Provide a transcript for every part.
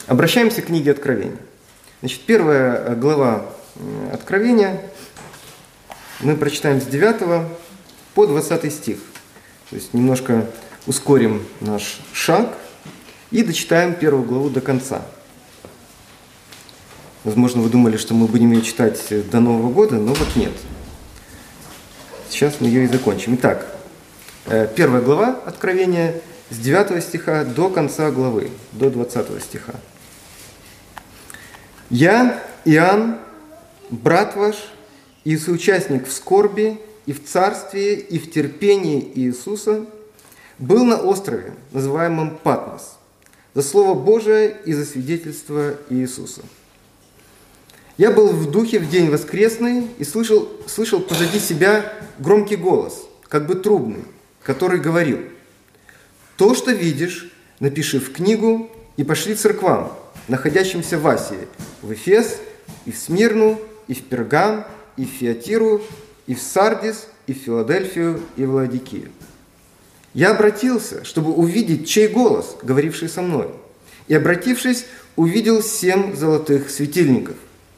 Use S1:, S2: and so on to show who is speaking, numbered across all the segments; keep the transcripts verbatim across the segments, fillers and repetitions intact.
S1: Обращаемся к книге Откровения. Значит, первая глава Откровения, мы прочитаем с девятого по двадцатый стих. То есть немножко ускорим наш шаг и дочитаем первую главу до конца. Возможно, вы думали, что мы будем ее читать до Нового года, но вот нет. Сейчас мы ее и закончим. Итак, первая глава Откровения с девятого стиха до конца главы, до двадцатого стиха. «Я, Иоанн, брат ваш и соучастник в скорби, и в царстве, и в терпении Иисуса, был на острове, называемом Патмос, за Слово Божие и за свидетельство Иисуса. Я был в духе в день воскресный и слышал, слышал позади себя громкий голос, как бы трубный, который говорил: «То, что видишь, напиши в книгу и пошли церквам, находящимся в Асии, в Эфес, и в Смирну, и в Пергам, и в Фиатиру, и в Сардис, и в Филадельфию, и в Лаодикию». Я обратился, чтобы увидеть, чей голос, говоривший со мной, и, обратившись, увидел семь золотых светильников.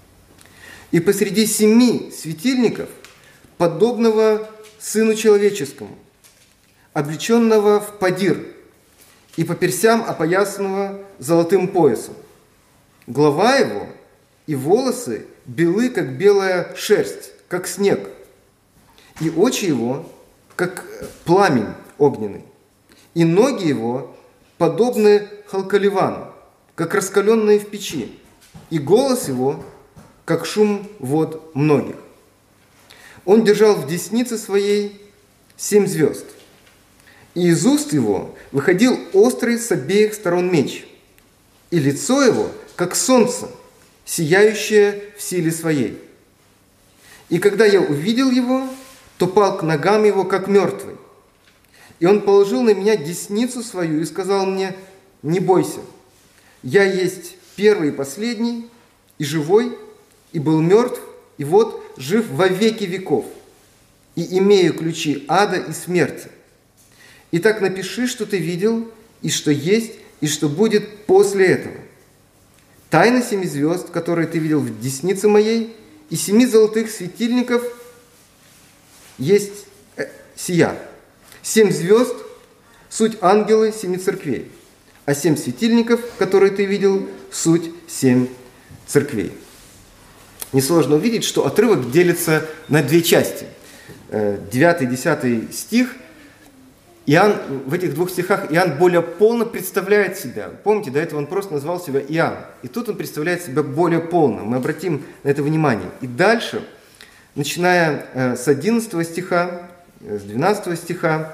S1: И посреди семи светильников, подобного Сыну Человеческому, облеченного в падир, и по персям опоясанного золотым поясом. Голова его и волосы белы, как белая шерсть, как снег, и очи его, как пламень огненный, и ноги его подобны халкаливану, как раскаленные в печи, и голос его, как шум вод многих. Он держал в деснице своей семь звезд, и из уст его выходил острый с обеих сторон меч, и лицо его, как солнце, сияющее в силе своей. И когда я увидел его, то пал к ногам его, как мертвый. И он положил на меня десницу свою и сказал мне: «Не бойся, я есть первый и последний, и живой, и был мертв, и вот жив во веки веков, и имею ключи ада и смерти. Итак, напиши, что ты видел, и что есть, и что будет после этого. Тайна семи звезд, которые ты видел в деснице моей, и семи золотых светильников есть э, сия. Семь звезд – суть ангелы семи церквей, а семь светильников, которые ты видел, суть семь церквей». Несложно увидеть, что отрывок делится на две части. девятый и десятый стих. Иоанн, в этих двух стихах Иоанн более полно представляет себя. Помните, до этого он просто назвал себя Иоанн. И тут он представляет себя более полно. Мы обратим на это внимание. И дальше, начиная с одиннадцатого стиха, с двенадцатого стиха,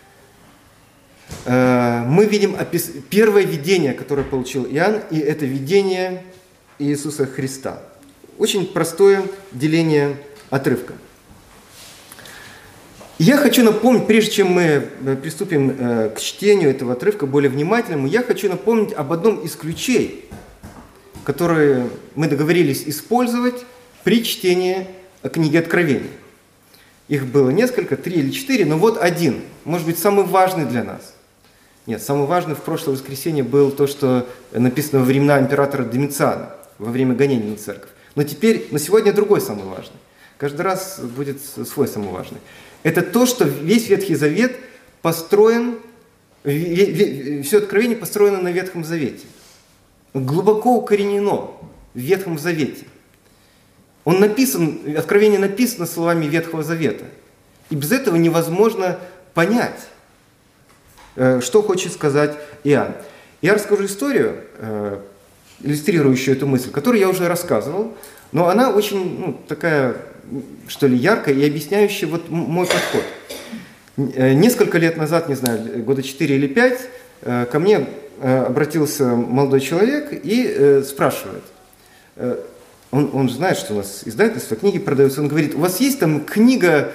S1: мы видим первое видение, которое получил Иоанн, и это видение Иисуса Христа. Очень простое деление отрывка. Я хочу напомнить, прежде чем мы приступим к чтению этого отрывка более внимательному, я хочу напомнить об одном из ключей, которые мы договорились использовать при чтении книги Откровения. Их было несколько, три или четыре, но вот один, может быть, самый важный для нас. Нет, самый важный в прошлое воскресенье был то, что написано во времена императора Домициана, во время гонений на церковь. Но теперь, но сегодня другой самый важный. Каждый раз будет свой самый важный. Это то, что весь Ветхий Завет построен, все Откровение построено на Ветхом Завете. Глубоко укоренено в Ветхом Завете. Он написан, Откровение написано словами Ветхого Завета. И без этого невозможно понять, что хочет сказать Иоанн. Я расскажу историю, иллюстрирующую эту мысль, которую я уже рассказывал, но она очень ну, такая, что ли, яркая и объясняющая вот мой подход. Несколько лет назад, не знаю, года четыре или пять, ко мне обратился молодой человек и спрашивает, он, он же знает, что у нас издательство, книги продаются, он говорит: у вас есть там книга,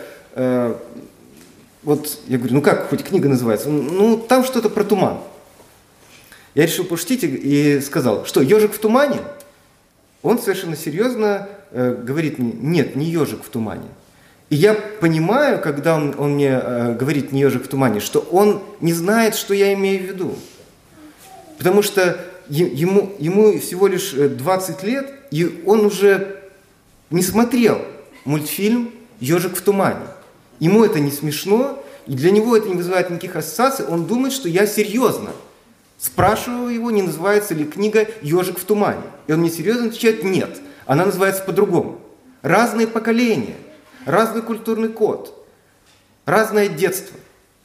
S1: вот, я говорю, ну как, хоть книга называется, ну там что-то про туман. Я решил пошутить и сказал: что, ежик в тумане? Он совершенно серьезно э, говорит мне: нет, не ежик в тумане. И я понимаю, когда он, он мне э, говорит «не ежик в тумане», что он не знает, что я имею в виду. Потому что ему, ему всего лишь двадцать лет, и он уже не смотрел мультфильм «Ежик в тумане». Ему это не смешно, и для него это не вызывает никаких ассоциаций. Он думает, что я серьезно. Спрашиваю его, не называется ли книга «Ежик в тумане». И он мне серьезно отвечает: нет, она называется по-другому. Разные поколения, разный культурный код, разное детство.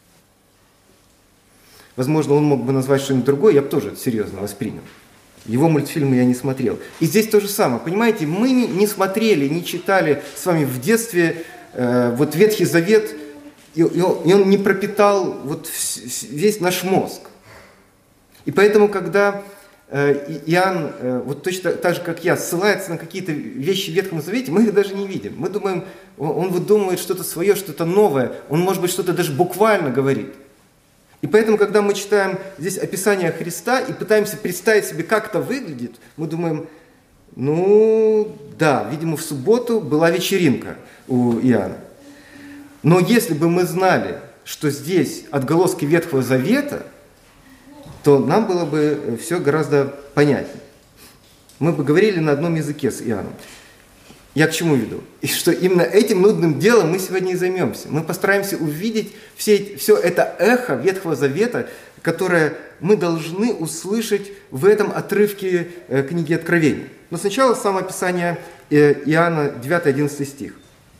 S1: Возможно, он мог бы назвать что-нибудь другое, я бы тоже это серьезно воспринял. Его мультфильмы я не смотрел. И здесь то же самое. Понимаете, мы не смотрели, не читали с вами в детстве э, вот Ветхий Завет, и, и, он, и он не пропитал вот весь наш мозг. И поэтому, когда э, Иоанн, э, вот точно так же, как я, ссылается на какие-то вещи в Ветхом Завете, мы их даже не видим. Мы думаем, он, он выдумывает что-то свое, что-то новое, он, может быть, что-то даже буквально говорит. И поэтому, когда мы читаем здесь описание Христа и пытаемся представить себе, как это выглядит, мы думаем, ну да, видимо, в субботу была вечеринка у Иоанна. Но если бы мы знали, что здесь отголоски Ветхого Завета, то нам было бы все гораздо понятнее. Мы бы говорили на одном языке с Иоанном. Я к чему веду? И что именно этим нудным делом мы сегодня и займемся. Мы постараемся увидеть все, все это эхо Ветхого Завета, которое мы должны услышать в этом отрывке э, книги Откровения. Но сначала само описание э, Иоанна девятый-одиннадцатый стих.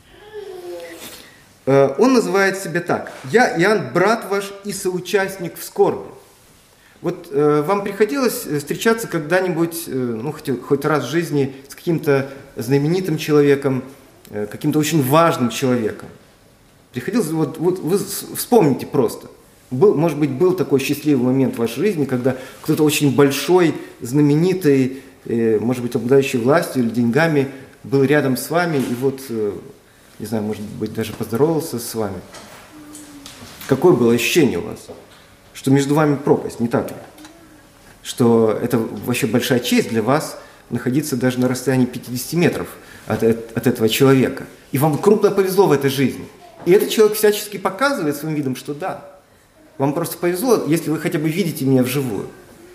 S1: Э, он называет себя так: «Я, Иоанн, брат ваш и соучастник в скорби». Вот э, вам приходилось встречаться когда-нибудь, э, ну, хоть, хоть раз в жизни с каким-то знаменитым человеком, э, каким-то очень важным человеком? Приходилось, вот, вот вы вспомните просто. Был, может быть, был такой счастливый момент в вашей жизни, когда кто-то очень большой, знаменитый, э, может быть, обладающий властью или деньгами, был рядом с вами и вот, э, не знаю, может быть, даже поздоровался с вами. Какое было ощущение у вас? Что между вами пропасть, не так ли? Что это вообще большая честь для вас находиться даже на расстоянии пятидесяти метров от, от этого человека. И вам крупно повезло в этой жизни. И этот человек всячески показывает своим видом, что да, вам просто повезло, если вы хотя бы видите меня вживую.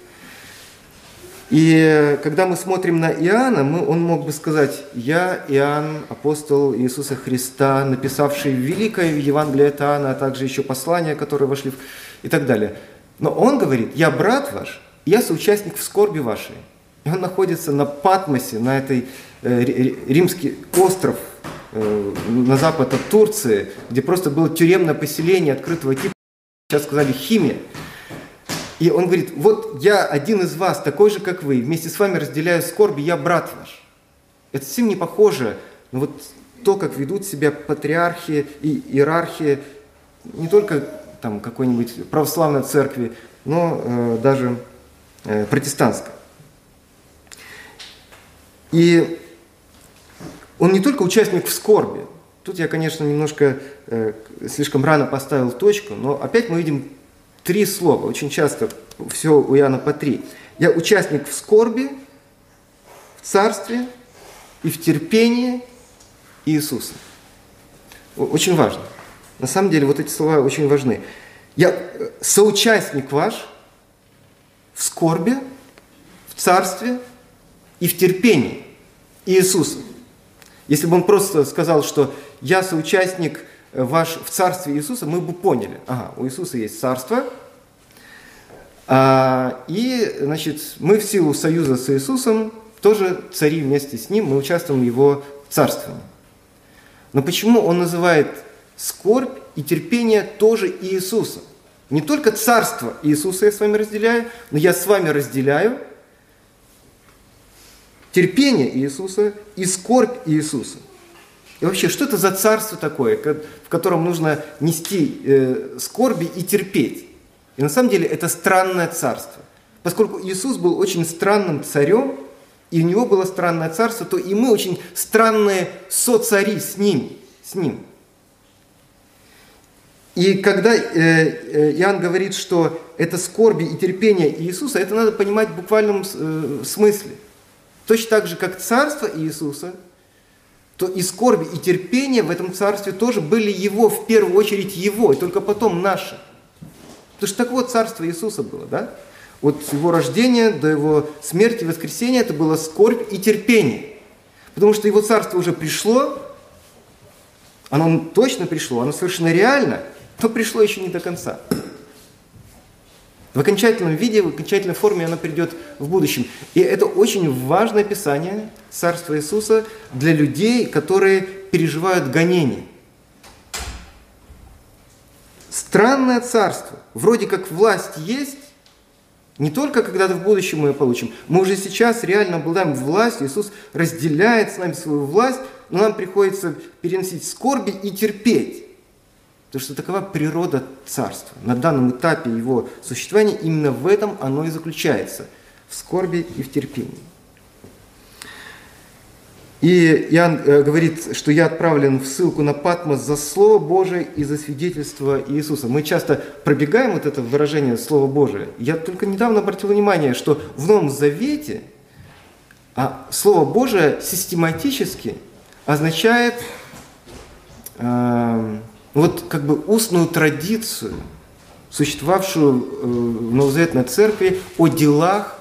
S1: И когда мы смотрим на Иоанна, мы, он мог бы сказать: «Я, Иоанн, апостол Иисуса Христа, написавший великое Евангелие от Иоанна, а также еще послания, которые вошли в...» и так далее. Но он говорит: «Я брат ваш, я соучастник в скорби вашей». И он находится на Патмосе, на этой э, римский остров э, на запад от Турции, где просто было тюремное поселение открытого типа, сейчас сказали химия. И он говорит: вот я один из вас, такой же, как вы, вместе с вами разделяю скорби, я брат ваш. Это совсем не похоже на вот то, как ведут себя патриархи и иерархи не только там какой-нибудь православной церкви, но э, даже э, протестантской. И он не только участник в скорби. Тут я, конечно, немножко э, слишком рано поставил точку, но опять мы видим три слова, очень часто все у Иоанна по три. Я участник в скорби, в царстве и в терпении Иисуса. Очень важно. На самом деле вот эти слова очень важны. Я соучастник ваш в скорби, в царстве и в терпении Иисуса. Если бы он просто сказал, что я соучастник ваш в царстве Иисуса, мы бы поняли: ага, у Иисуса есть царство, а, и, значит, мы в силу союза с Иисусом тоже цари вместе с Ним, мы участвуем в Его царствовании. Но почему он называет скорбь и терпение тоже Иисуса? Не только царство Иисуса я с вами разделяю, но я с вами разделяю терпение Иисуса и скорбь Иисуса. И вообще, что это за царство такое, в котором нужно нести э, скорби и терпеть? И на самом деле это странное царство. Поскольку Иисус был очень странным царем, и у него было странное царство, то и мы очень странные соцари с ним. С ним. И когда э, э, Иоанн говорит, что это скорби и терпение Иисуса, это надо понимать в буквальном э, смысле. Точно так же, как царство Иисуса, то и скорби, и терпение в этом царстве тоже были Его, в первую очередь Его, и только потом наши. Потому что так вот царство Иисуса было, да? От его рождения до его смерти и воскресения это было скорбь и терпение. Потому что его царство уже пришло, оно точно пришло, оно совершенно реально, но пришло еще не до конца. В окончательном виде, в окончательной форме оно придет в будущем. И это очень важное описание царства Иисуса для людей, которые переживают гонения. Странное царство. Вроде как власть есть, не только когда-то в будущем мы ее получим. Мы уже сейчас реально обладаем властью. Иисус разделяет с нами свою власть, но нам приходится переносить скорби и терпеть. Потому что такова природа царства. На данном этапе его существования именно в этом оно и заключается. В скорби и в терпении. И Иоанн говорит, что я отправлен в ссылку на Патмос за Слово Божие и за свидетельство Иисуса. Мы часто пробегаем вот это выражение Слово Божие. Я только недавно обратил внимание, что в Новом Завете а Слово Божие систематически означает э, вот как бы устную традицию, существовавшую э, в Новозаветной Церкви о делах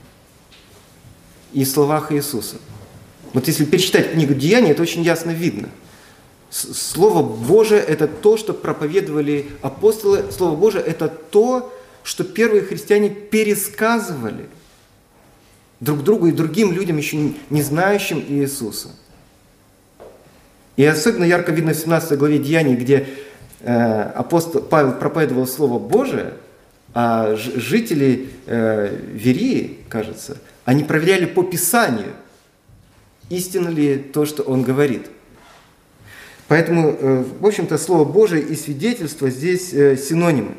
S1: и словах Иисуса. Вот если перечитать книгу «Деяния», это очень ясно видно. Слово Божие – это то, что проповедовали апостолы. Слово Божие – это то, что первые христиане пересказывали друг другу и другим людям, еще не знающим Иисуса. И особенно ярко видно в семнадцатой главе Деяний, где э, апостол Павел проповедовал Слово Божие, а жители э, Верии, кажется, они проверяли по Писанию, истинно ли то, что он говорит. Поэтому, в общем-то, Слово Божие и свидетельство здесь синонимы.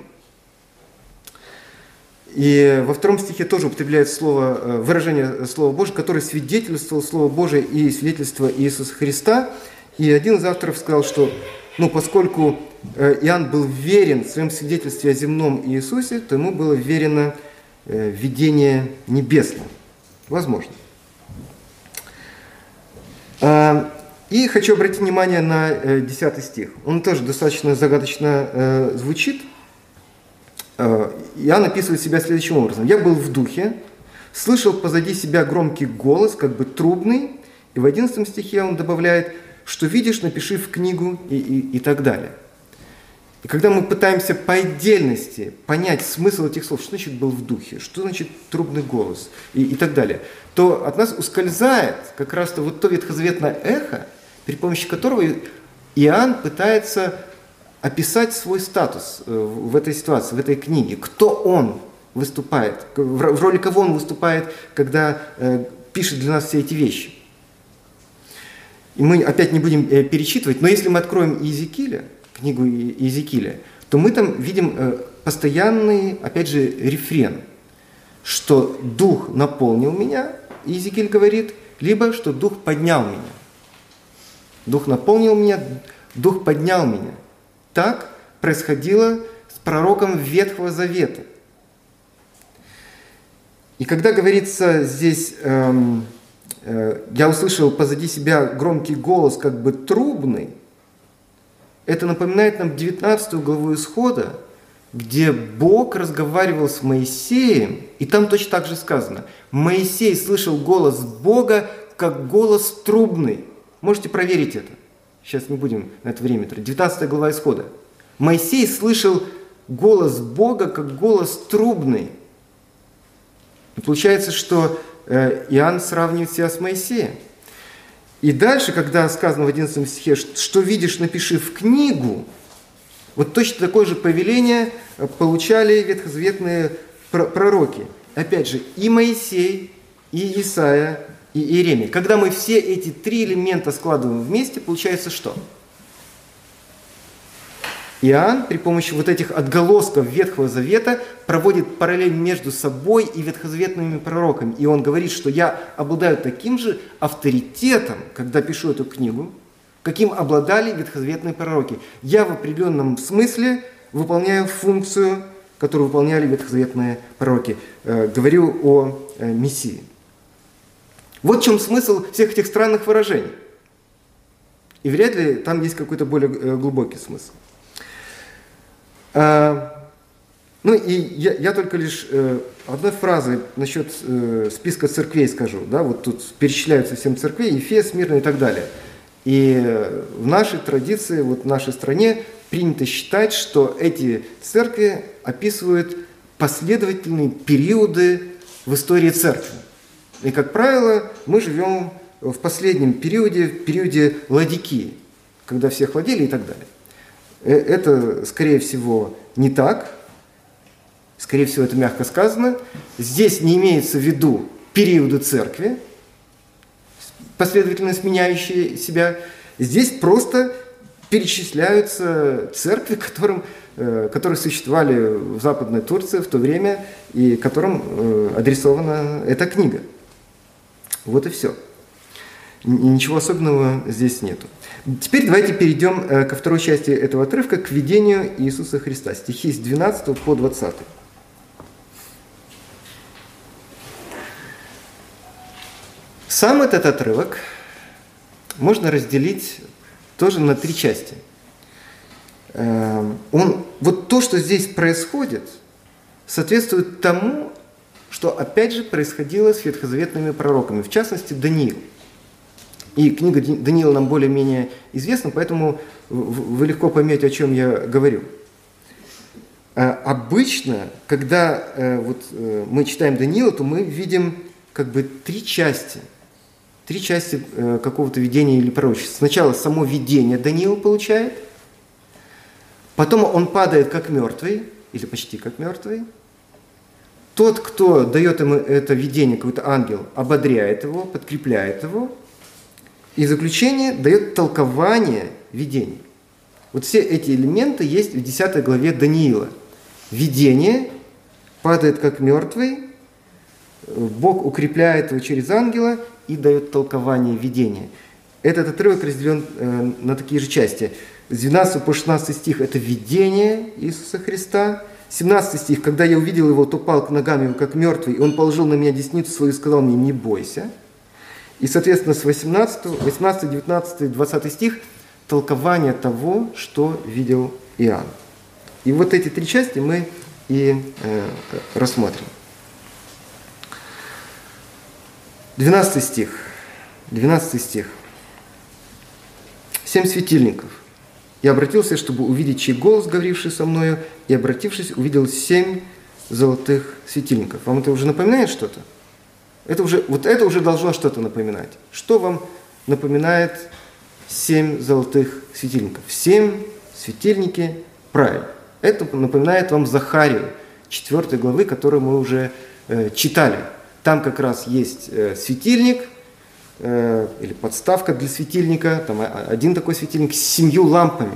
S1: И во втором стихе тоже употребляется слово, выражение Слова Божия, которое свидетельствовал Слово Божие и свидетельство Иисуса Христа. И один из авторов сказал, что ну, поскольку Иоанн был верен в своем свидетельстве о земном Иисусе, то ему было верено видение небесное. Возможно. И хочу обратить внимание на десятый стих. Он тоже достаточно загадочно звучит. Иоанн описывает себя следующим образом. «Я был в духе, слышал позади себя громкий голос, как бы трубный». И в одиннадцатом стихе он добавляет, что видишь, напиши в книгу и, и, и так далее. И когда мы пытаемся по отдельности понять смысл этих слов, что значит «был в духе», что значит «трубный голос» и, и так далее, то от нас ускользает как раз-то вот то ветхозаветное эхо, при помощи которого Иоанн пытается описать свой статус в этой ситуации, в этой книге. Кто он выступает, в роли кого он выступает, когда пишет для нас все эти вещи. И мы опять не будем перечитывать, но если мы откроем Иезекииля, книгу Иезекииля, то мы там видим постоянный, опять же, рефрен, что Дух наполнил меня, Иезекииль говорит, либо что Дух поднял меня. Дух наполнил меня, Дух поднял меня. Так происходило с пророком Ветхого Завета. И когда говорится здесь, эм, э, я услышал позади себя громкий голос, как бы трубный, это напоминает нам девятнадцатую главу Исхода, где Бог разговаривал с Моисеем, и там точно так же сказано. Моисей слышал голос Бога, как голос трубный. Можете проверить это. Сейчас не будем на это время тратить. девятнадцатая глава Исхода. Моисей слышал голос Бога, как голос трубный. И получается, что Иоанн сравнивает себя с Моисеем. И дальше, когда сказано в одиннадцатом стихе, что видишь, напиши в книгу, вот точно такое же повеление получали ветхозаветные пророки. Опять же, и Моисей, и Исаия, и Иеремия. Когда мы все эти три элемента складываем вместе, получается что? Иоанн при помощи вот этих отголосков Ветхого Завета проводит параллель между собой и ветхозаветными пророками. И он говорит, что я обладаю таким же авторитетом, когда пишу эту книгу, каким обладали ветхозаветные пророки. Я в определенном смысле выполняю функцию, которую выполняли ветхозаветные пророки. Э, говорю о э, Мессии. Вот в чем смысл всех этих странных выражений. И вряд ли там есть какой-то более э, глубокий смысл. Ну и я, я только лишь э, одной фразой насчет э, списка церквей скажу. Да? Вот тут перечисляются семь церквей, Ефес, Смирна и так далее. И в нашей традиции, вот в нашей стране принято считать, что эти церкви описывают последовательные периоды в истории церкви. И, как правило, мы живем в последнем периоде, в периоде Ладикии, когда все охладели и так далее. Это, скорее всего, не так. Скорее всего, это мягко сказано. Здесь не имеется в виду периоды церкви, последовательно сменяющие себя. Здесь просто перечисляются церкви, которым, которые существовали в Западной Турции в то время и которым адресована эта книга. Вот и все. Ничего особенного здесь нету. Теперь давайте перейдем ко второй части этого отрывка, к видению Иисуса Христа. Стихи с двенадцатого по двадцатый. Сам этот отрывок можно разделить тоже на три части. Он, вот то, что здесь происходит, соответствует тому, что опять же происходило с ветхозаветными пророками, в частности Даниил. И книга Даниила нам более-менее известна, поэтому вы легко поймете, о чем я говорю. Обычно, когда вот мы читаем Даниила, то мы видим как бы три части. Три части какого-то видения или пророчества. Сначала само видение Даниил получает, потом он падает как мертвый, или почти как мертвый. Тот, кто дает ему это видение, какой-то ангел, ободряет его, подкрепляет его, и в заключение дает толкование видений. Вот все эти элементы есть в десятой главе Даниила. Видение, падает как мертвый, Бог укрепляет его через ангела и дает толкование видения. Этот отрывок разделен э, на такие же части. С двенадцатого по шестнадцатый стих – это видение Иисуса Христа. семнадцатый стих: «Когда я увидел его, то пал к ногам его, как мертвый, и он положил на меня десницу свою и сказал мне: не бойся». И, соответственно, с восемнадцатого, восемнадцатый, девятнадцатый, двадцатый стих – толкование того, что видел Иоанн. И вот эти три части мы и э, рассмотрим. двенадцатый стих. двенадцатый стих. «Семь светильников. Я обратился, чтобы увидеть, чей голос, говоривший со мною, и, обратившись, увидел семь золотых светильников». Вам это уже напоминает что-то? Это уже, вот это уже должно что-то напоминать. Что вам напоминает семь золотых светильников? Семь светильники, правильно. Это напоминает вам Захарию, четвёртой главы, которую мы уже э, читали. Там как раз есть э, светильник, э, или подставка для светильника, там один такой светильник с семью лампами,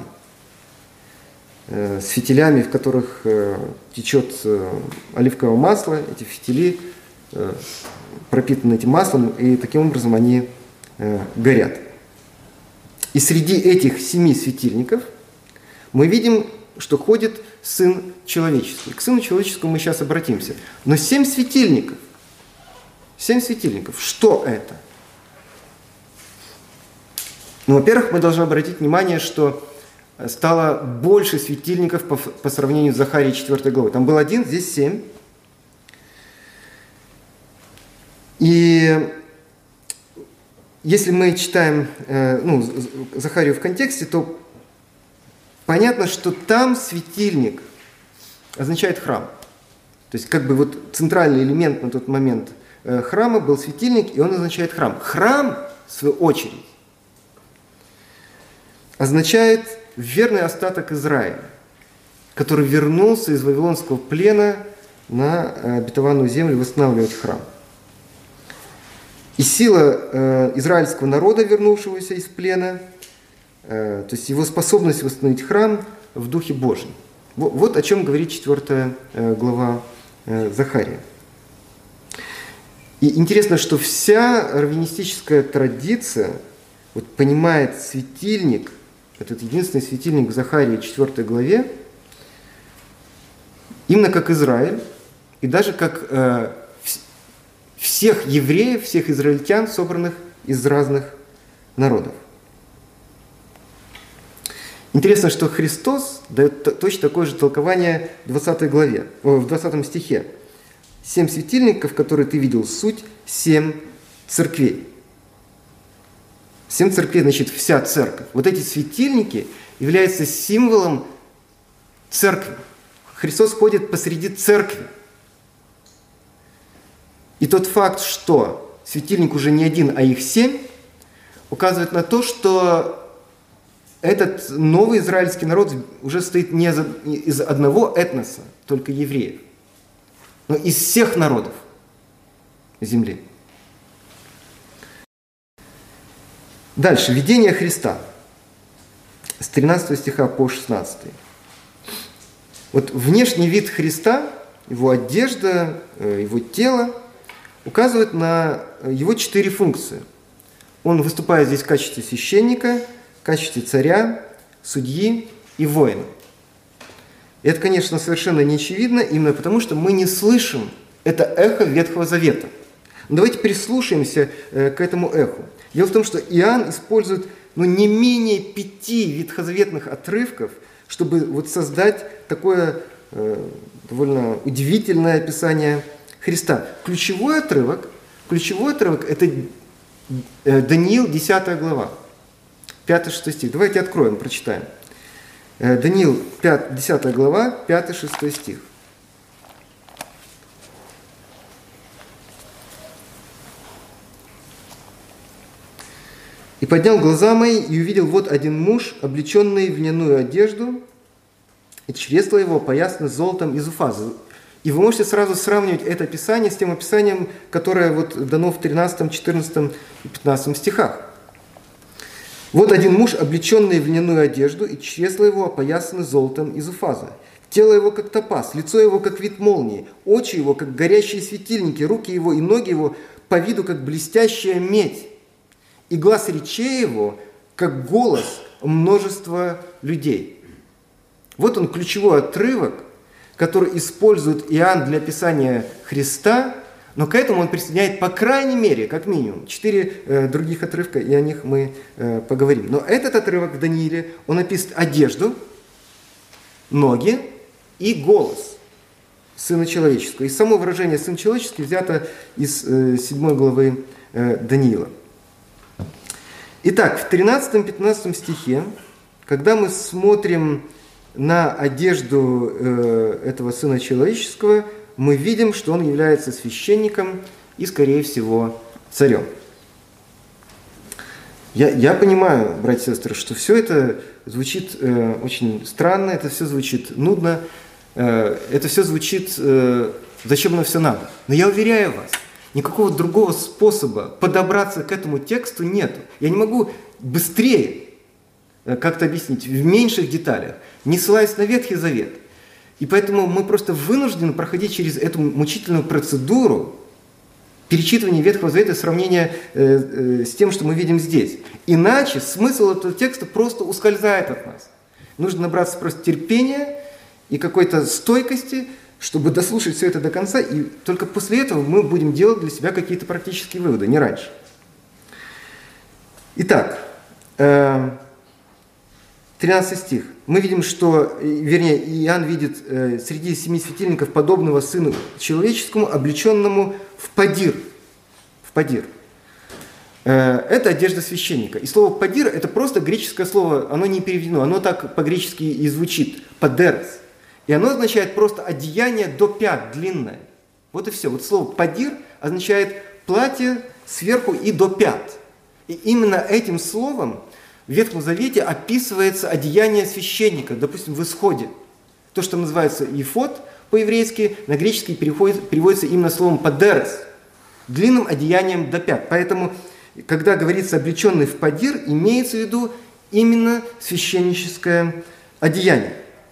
S1: э, с фитилями, в которых э, течет э, оливковое масло. Эти фитили э, пропитаны этим маслом, и таким образом они э, горят. И среди этих семи светильников мы видим, что ходит Сын Человеческий. К Сыну Человеческому мы сейчас обратимся. Но семь светильников. Семь светильников. Что это? Ну, во-первых, мы должны обратить внимание, что стало больше светильников по, по сравнению с Захарией четвёртой главой. Там был один, здесь семь. И если мы читаем э, ну, Захарию в контексте, то понятно, что там светильник означает храм. То есть как бы вот центральный элемент на тот момент э, храма был светильник, и он означает храм. Храм, в свою очередь, означает верный остаток Израиля, который вернулся из вавилонского плена на обетованную землю восстанавливать храм. И сила э, израильского народа, вернувшегося из плена, э, то есть его способность восстановить храм в Духе Божьем. Вот, вот о чем говорит четвёртая э, глава э, Захария. И интересно, что вся раввинистическая традиция вот, понимает светильник, этот единственный светильник в Захарии четвёртой главе, именно как Израиль, и даже как э, всех евреев, всех израильтян, собранных из разных народов. Интересно, что Христос дает точно такое же толкование в двадцатой главе, в двадцатом стихе. «Семь светильников, которые ты видел, суть семь церквей». Семь церквей, значит, вся церковь. Вот эти светильники являются символом церкви. Христос ходит посреди церкви. И тот факт, что светильник уже не один, а их семь, указывает на то, что этот новый израильский народ уже состоит не из одного этноса, только евреев, но из всех народов земли. Дальше. Видение Христа. С тринадцатого стиха по шестнадцатый. Вот внешний вид Христа, его одежда, его тело указывает на его четыре функции. Он выступает здесь в качестве священника, в качестве царя, судьи и воина. И это, конечно, совершенно не очевидно, именно потому, что мы не слышим это эхо Ветхого Завета. Но давайте прислушаемся к этому эху. Дело в том, что Иоанн использует ну, не менее пяти ветхозаветных отрывков, чтобы вот создать такое э, довольно удивительное описание Христа. Ключевой отрывок, ключевой отрывок – это Даниил, десятая глава, пятый-шестой стих. Давайте откроем, прочитаем. Даниил, десятая глава, пятый-шестой стих. «И поднял глаза мои, и увидел вот один муж, облеченный в льняную одежду, и чресла его опоясаны золотом из уфаза». И вы можете сразу сравнивать это описание с тем описанием, которое вот дано в тринадцатом, четырнадцатом и пятнадцатом стихах. «Вот один муж, облеченный в льняную одежду, и чресла его опоясаны золотом из уфаза. Тело его, как топаз, лицо его, как вид молнии, очи его, как горящие светильники, руки его и ноги его по виду, как блестящая медь. И глаз речей его, как голос множества людей». Вот он, ключевой отрывок, который использует Иоанн для описания Христа, но к этому он присоединяет, по крайней мере, как минимум, четыре э, других отрывка, и о них мы э, поговорим. Но этот отрывок в Данииле, он описывает одежду, ноги и голос Сына Человеческого. И само выражение «Сын Человеческий» взято из э, седьмой главы э, Даниила. Итак, в тринадцатом-пятнадцатом стихе, когда мы смотрим на одежду э, этого Сына Человеческого, мы видим, что он является священником и, скорее всего, царем. Я, я понимаю, братья и сестры, что все это звучит э, очень странно, это все звучит нудно, э, это все звучит, э, зачем оно все надо. Но я уверяю вас, никакого другого способа подобраться к этому тексту нет. Я не могу быстрее как-то объяснить, в меньших деталях, не ссылаясь на Ветхий Завет. И поэтому мы просто вынуждены проходить через эту мучительную процедуру перечитывания Ветхого Завета и сравнения э, э, с тем, что мы видим здесь. Иначе смысл этого текста просто ускользает от нас. Нужно набраться просто терпения и какой-то стойкости, чтобы дослушать все это до конца, и только после этого мы будем делать для себя какие-то практические выводы, не раньше. Итак, э, тринадцатый стих. Мы видим, что, вернее, Иоанн видит э, среди семи светильников подобного Сыну Человеческому, облеченному в падир. В падир. Э, это одежда священника. И слово падир – это просто греческое слово, оно не переведено, оно так по-гречески и звучит – падерс. И оно означает просто одеяние до пят, длинное. Вот и все. Вот слово «падир» означает платье сверху и до пят. И именно этим словом в Ветхом Завете описывается одеяние священника, допустим, в Исходе. То, что называется ефод по-еврейски, на греческий переходит, переводится именно словом «падерес», длинным одеянием до пят. Поэтому, когда говорится «облеченный в падир», имеется в виду именно священническое одеяние.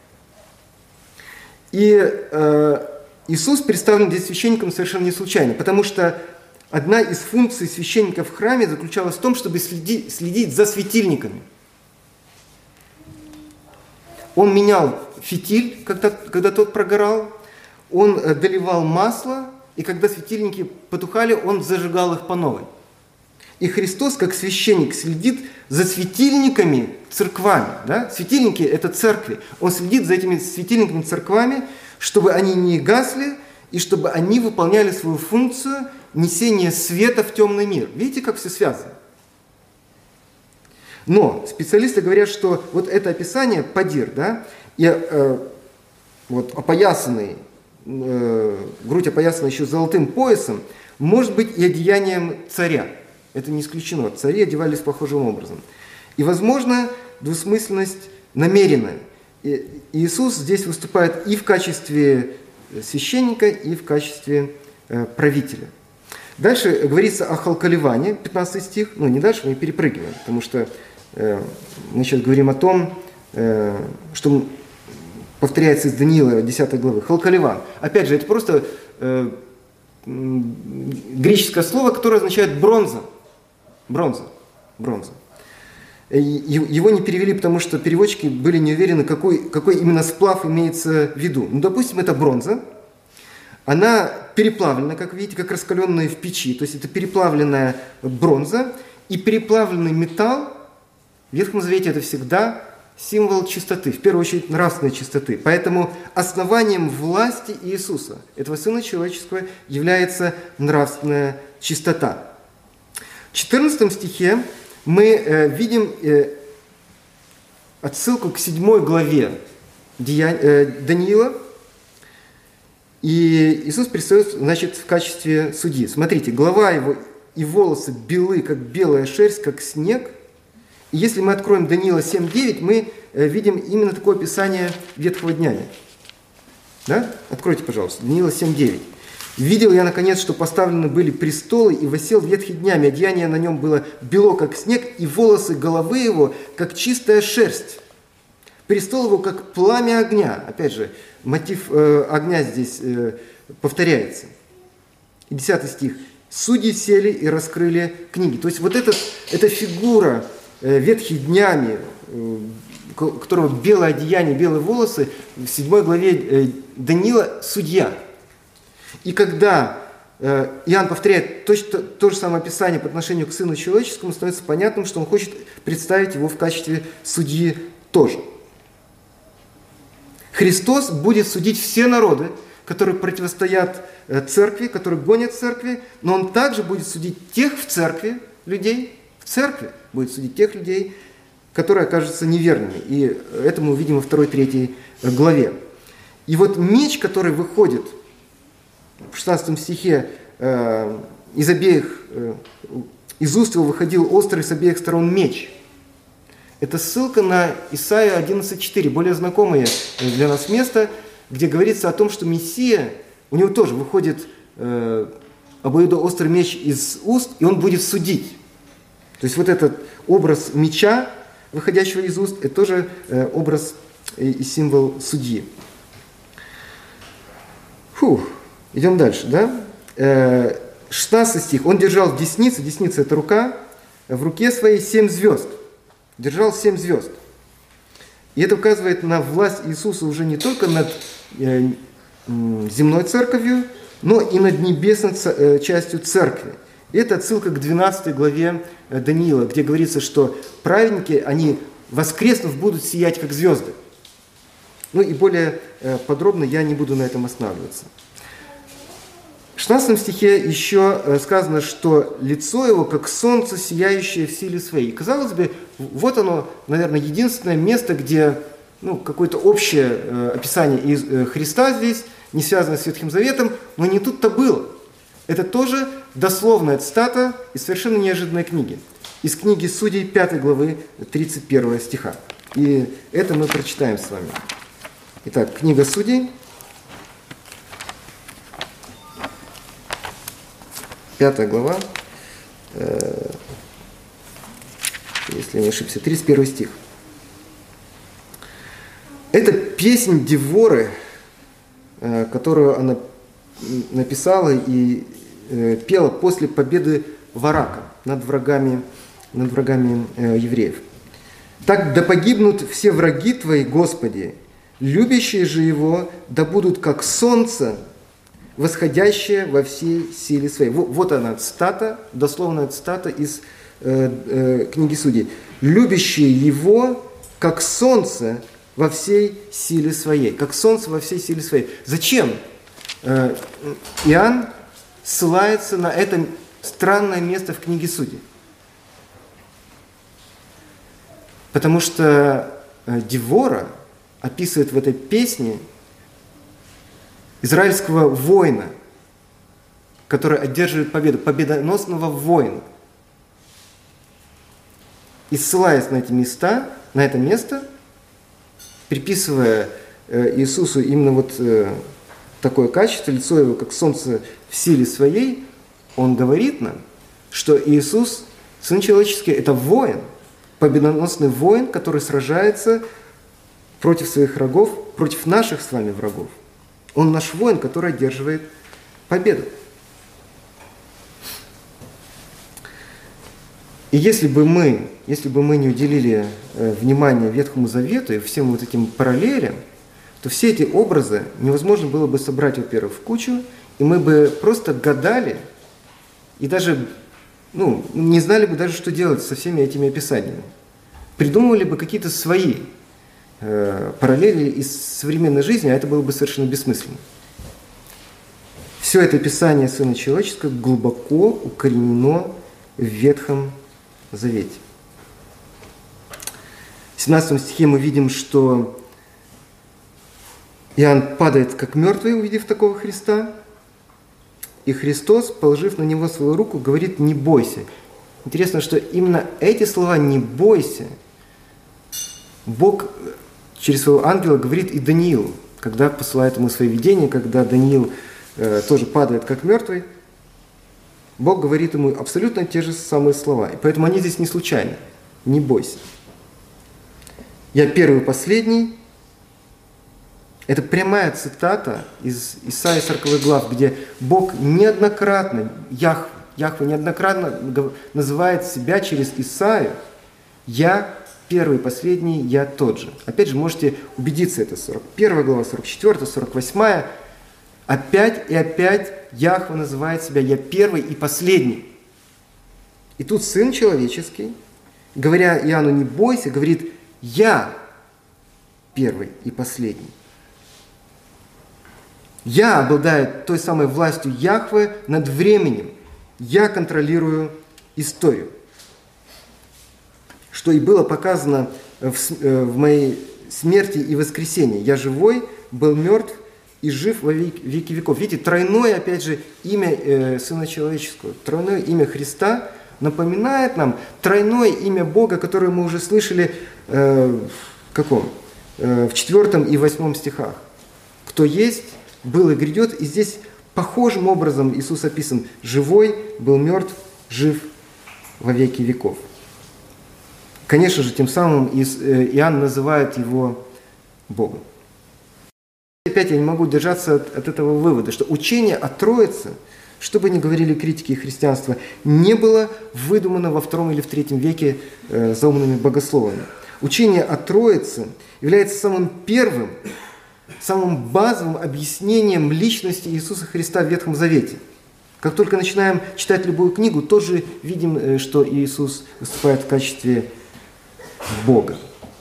S1: И э, Иисус представлен здесь священником совершенно не случайно, потому что одна из функций священника в храме заключалась в том, чтобы следить, следить за светильниками. Он менял фитиль, когда, когда тот прогорал, он доливал масло, и когда светильники потухали, он зажигал их по новой. И Христос, как священник, следит за светильниками церквами. Да? Светильники – это церкви. Он следит за этими светильниками церквами, чтобы они не гасли, и чтобы они выполняли свою функцию несения света в темный мир. Видите, как все связано? Но специалисты говорят, что вот это описание, падир, да, и э, вот опоясанный, э, грудь опоясана еще золотым поясом, может быть и одеянием царя. Это не исключено. Цари одевались похожим образом. И, возможно, двусмысленность намеренная. И Иисус здесь выступает и в качестве священника, и в качестве э, правителя. Дальше говорится о Халкаливане, пятнадцатый стих. Ну, не дальше, мы перепрыгиваем, потому что э, мы сейчас говорим о том, э, что повторяется из Даниила десятой главы. Халкаливан. Опять же, это просто э, греческое слово, которое означает бронза. Бронза. Бронза. Его не перевели, потому что переводчики были не уверены, какой, какой именно сплав имеется в виду. Ну, допустим, это бронза. Она переплавлена, как видите, как раскаленная в печи. То есть это переплавленная бронза. И переплавленный металл в Ветхом Завете это всегда символ чистоты, в первую очередь нравственной чистоты. Поэтому основанием власти Иисуса, этого Сына Человеческого, является нравственная чистота. В четырнадцатом стихе мы э, видим э, отсылку к седьмой главе Деян... э, Даниила. И Иисус предстает, значит, в качестве судьи. Смотрите, голова его и волосы белы, как белая шерсть, как снег. И если мы откроем Даниила семь девять, мы э, видим именно такое описание ветхого дня. Да? Откройте, пожалуйста, Даниила семь девять. «Видел я, наконец, что поставлены были престолы, и воссел ветхий днями, одеяние на нем было бело, как снег, и волосы головы его, как чистая шерсть. Престол его, как пламя огня». Опять же, мотив э, огня здесь э, повторяется. И десятый стих. «Судьи сели и раскрыли книги». То есть вот этот, эта фигура э, ветхий днями, э, у которого белое одеяние, белые волосы, в седьмой главе э, Даниила судья. И когда э, Иоанн повторяет точно то же самое описание по отношению к Сыну Человеческому, становится понятным, что он хочет представить его в качестве судьи тоже. Христос будет судить все народы, которые противостоят э, церкви, которые гонят церкви, но он также будет судить тех в церкви людей, в церкви будет судить тех людей, которые окажутся неверными. И это мы увидим во второй-третьей главе. И вот меч, который выходит в шестнадцатом стихе, э, из обеих, э, из уст его выходил острый с обеих сторон меч. Это ссылка на Исайя одиннадцать четыре, более знакомое для нас место, где говорится о том, что Мессия, у него тоже выходит э, обоюдоострый меч из уст, и он будет судить. То есть вот этот образ меча, выходящего из уст, это тоже э, образ и символ судьи. Фух. Идем дальше, да? шестнадцатый стих. Он держал в деснице, десница это рука, в руке своей семь звезд. Держал семь звезд. И это указывает на власть Иисуса уже не только над э, земной церковью, но и над небесной э, частью церкви. И это отсылка к двенадцатой главе э, Даниила, где говорится, что праведники, они воскреснув, будут сиять как звезды. Ну и более э, подробно я не буду на этом останавливаться. В шестнадцатом стихе еще сказано, что лицо его, как солнце, сияющее в силе своей. Казалось бы, вот оно, наверное, единственное место, где ну, какое-то общее э, описание из, э, Христа здесь, не связанное с Ветхим Заветом, но не тут-то было. Это тоже дословная цитата из совершенно неожиданной книги. Из книги Судей пятой главы тридцать первого стиха. И это мы прочитаем с вами. Итак, книга Судей. Пятая глава, э, если я не ошибся, тридцать первый стих. Это песнь Деворы, э, которую она написала и э, пела после победы Варака над врагами, над врагами э, евреев. «Так да погибнут все враги Твои, Господи, любящие же Его да будут как солнце восходящее во всей силе своей. Вот, вот она цитата, дословная цитата из э, э, книги Судей. «Любящие его, как солнце во всей силе своей». Как солнце во всей силе своей. Зачем э, Иоанн ссылается на это странное место в книге Судей? Потому что э, Девора описывает в этой песне израильского воина, который одерживает победу, победоносного воина. И ссылаясь на эти места, на это место, приписывая э, Иисусу именно вот э, такое качество, лицо его, как солнце в силе своей, он говорит нам, что Иисус, Сын Человеческий, это воин, победоносный воин, который сражается против своих врагов, против наших с вами врагов. Он наш воин, который одерживает победу. И если бы мы, если бы мы не уделили э, внимания Ветхому Завету и всем вот этим параллелям, то все эти образы невозможно было бы собрать, во-первых, в кучу, и мы бы просто гадали и даже ну, не знали бы даже, что делать со всеми этими описаниями. Придумывали бы какие-то свои э, параллели из современной жизни, а это было бы совершенно бессмысленно. Все это описание Сына Человеческого глубоко укоренено в Ветхом Завете. В семнадцатом стихе мы видим, что Иоанн падает как мертвый, увидев такого Христа, и Христос, положив на него свою руку, говорит: «Не бойся». Интересно, что именно эти слова «не бойся» Бог через своего ангела говорит и Даниилу, когда посылает ему свои видения, когда Даниил э, тоже падает как мертвый. Бог говорит ему абсолютно те же самые слова. И поэтому они здесь не случайны. Не бойся. Я первый и последний. Это прямая цитата из Исаии сороковых глав, где Бог неоднократно, Яхве, Яхве неоднократно называет себя через Исаию: «Я первый и последний, я тот же». Опять же, можете убедиться, это сорок первая глава, сорок четвёртая, сорок восьмая. Опять и опять Яхве называет себя: «Я первый и последний». И тут Сын Человеческий, говоря Иоанну «не бойся», говорит: «Я первый и последний». Я обладаю той самой властью Яхве над временем. Я контролирую историю. Что и было показано в, в моей смерти и воскресении. Я живой, был мертв и жив во веки веков. Видите, тройное, опять же, имя э, Сына Человеческого, тройное имя Христа напоминает нам тройное имя Бога, которое мы уже слышали э, в каком? Э, в четвертом и восьмом стихах. Кто есть, был и грядет. И здесь похожим образом Иисус описан: живой, был мертв, жив во веки веков. Конечно же, тем самым Иоанн называет его Богом. Опять я не могу держаться от, от этого вывода, что учение о Троице, что бы ни говорили критики христианства, не было выдумано во втором или в третьем веке э, заумными богословами. Учение о Троице является самым первым, самым базовым объяснением личности Иисуса Христа в Ветхом Завете. Как только начинаем читать любую книгу, тоже видим, что Иисус выступает в качестве Бога.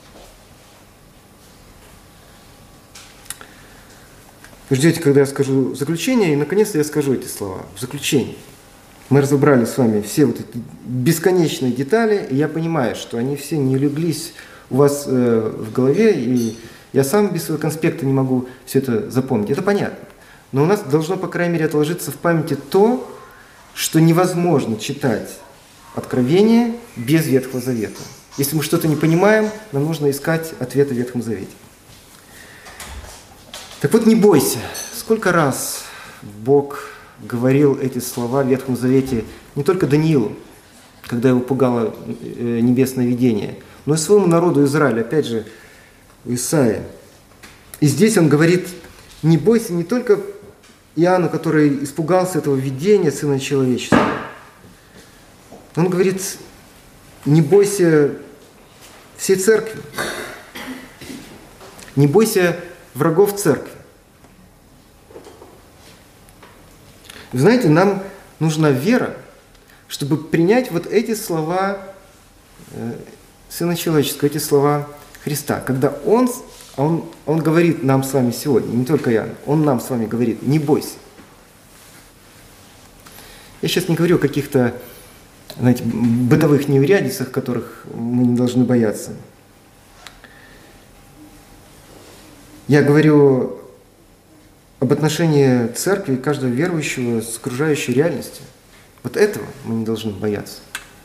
S1: Вы ждете, когда я скажу заключение, и наконец-то я скажу эти слова. В заключении. Мы разобрали с вами все вот эти бесконечные детали, и я понимаю, что они все не леглись у вас э, в голове, и я сам без своего конспекта не могу все это запомнить. Это понятно. Но у нас должно, по крайней мере, отложиться в памяти то, что невозможно читать Откровение без Ветхого Завета. Если мы что-то не понимаем, нам нужно искать ответы в Ветхом Завете. Так вот, не бойся. Сколько раз Бог говорил эти слова в Ветхом Завете не только Даниилу, когда его пугало небесное видение, но и своему народу Израиля, опять же, у Исаии. И здесь он говорит: не бойся не только Иоанну, который испугался этого видения Сына Человеческого. Он говорит: не бойся всей церкви, не бойся врагов церкви. Вы знаете, нам нужна вера, чтобы принять вот эти слова э, Сына Человеческого, эти слова Христа. Когда Он, он, он говорит нам с вами сегодня, не только я, Он нам с вами говорит: не бойся. Я сейчас не говорю о каких-то, знаете, бытовых неурядицах, которых мы не должны бояться. Я говорю об отношении церкви и каждого верующего с окружающей реальностью. Вот этого мы не должны бояться.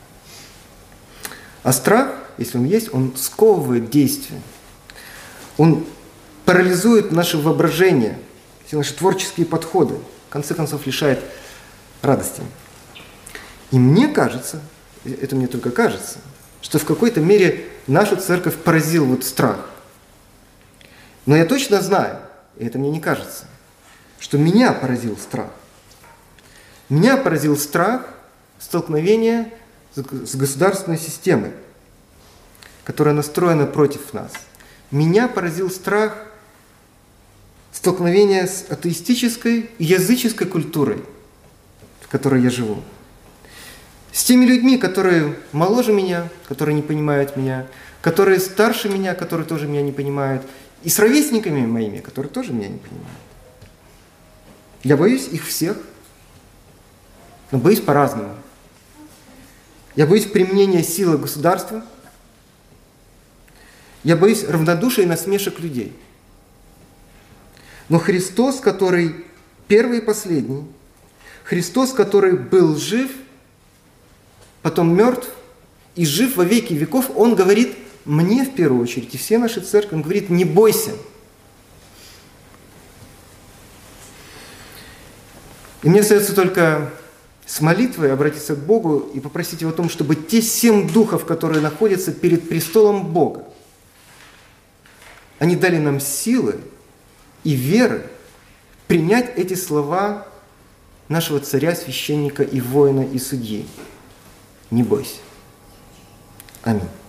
S1: А страх, если он есть, он сковывает действие. Он парализует наше воображение, все наши творческие подходы, в конце концов лишает радости. И мне кажется, это мне только кажется, что в какой-то мере нашу церковь поразил вот страх. Но я точно знаю, и это мне не кажется, что меня поразил страх. Меня поразил страх столкновения с государственной системой, которая настроена против нас. Меня поразил страх столкновения с атеистической и языческой культурой, в которой я живу. С теми людьми, которые моложе меня, которые не понимают меня, которые старше меня, которые тоже меня не понимают, и с ровесниками моими, которые тоже меня не понимают. Я боюсь их всех, но боюсь по-разному. Я боюсь применения силы государства. Я боюсь равнодушия и насмешек людей. Но Христос, который первый и последний, Христос, который был жив, потом мертв и жив во веки веков, Он говорит мне в первую очередь, и все наши церкви, Он говорит: не бойся. И мне остается только с молитвой обратиться к Богу и попросить Его о том, чтобы те семь духов, которые находятся перед престолом Бога, они дали нам силы и веры принять эти слова нашего царя, священника и воина и судьи. Не бойся. Аминь.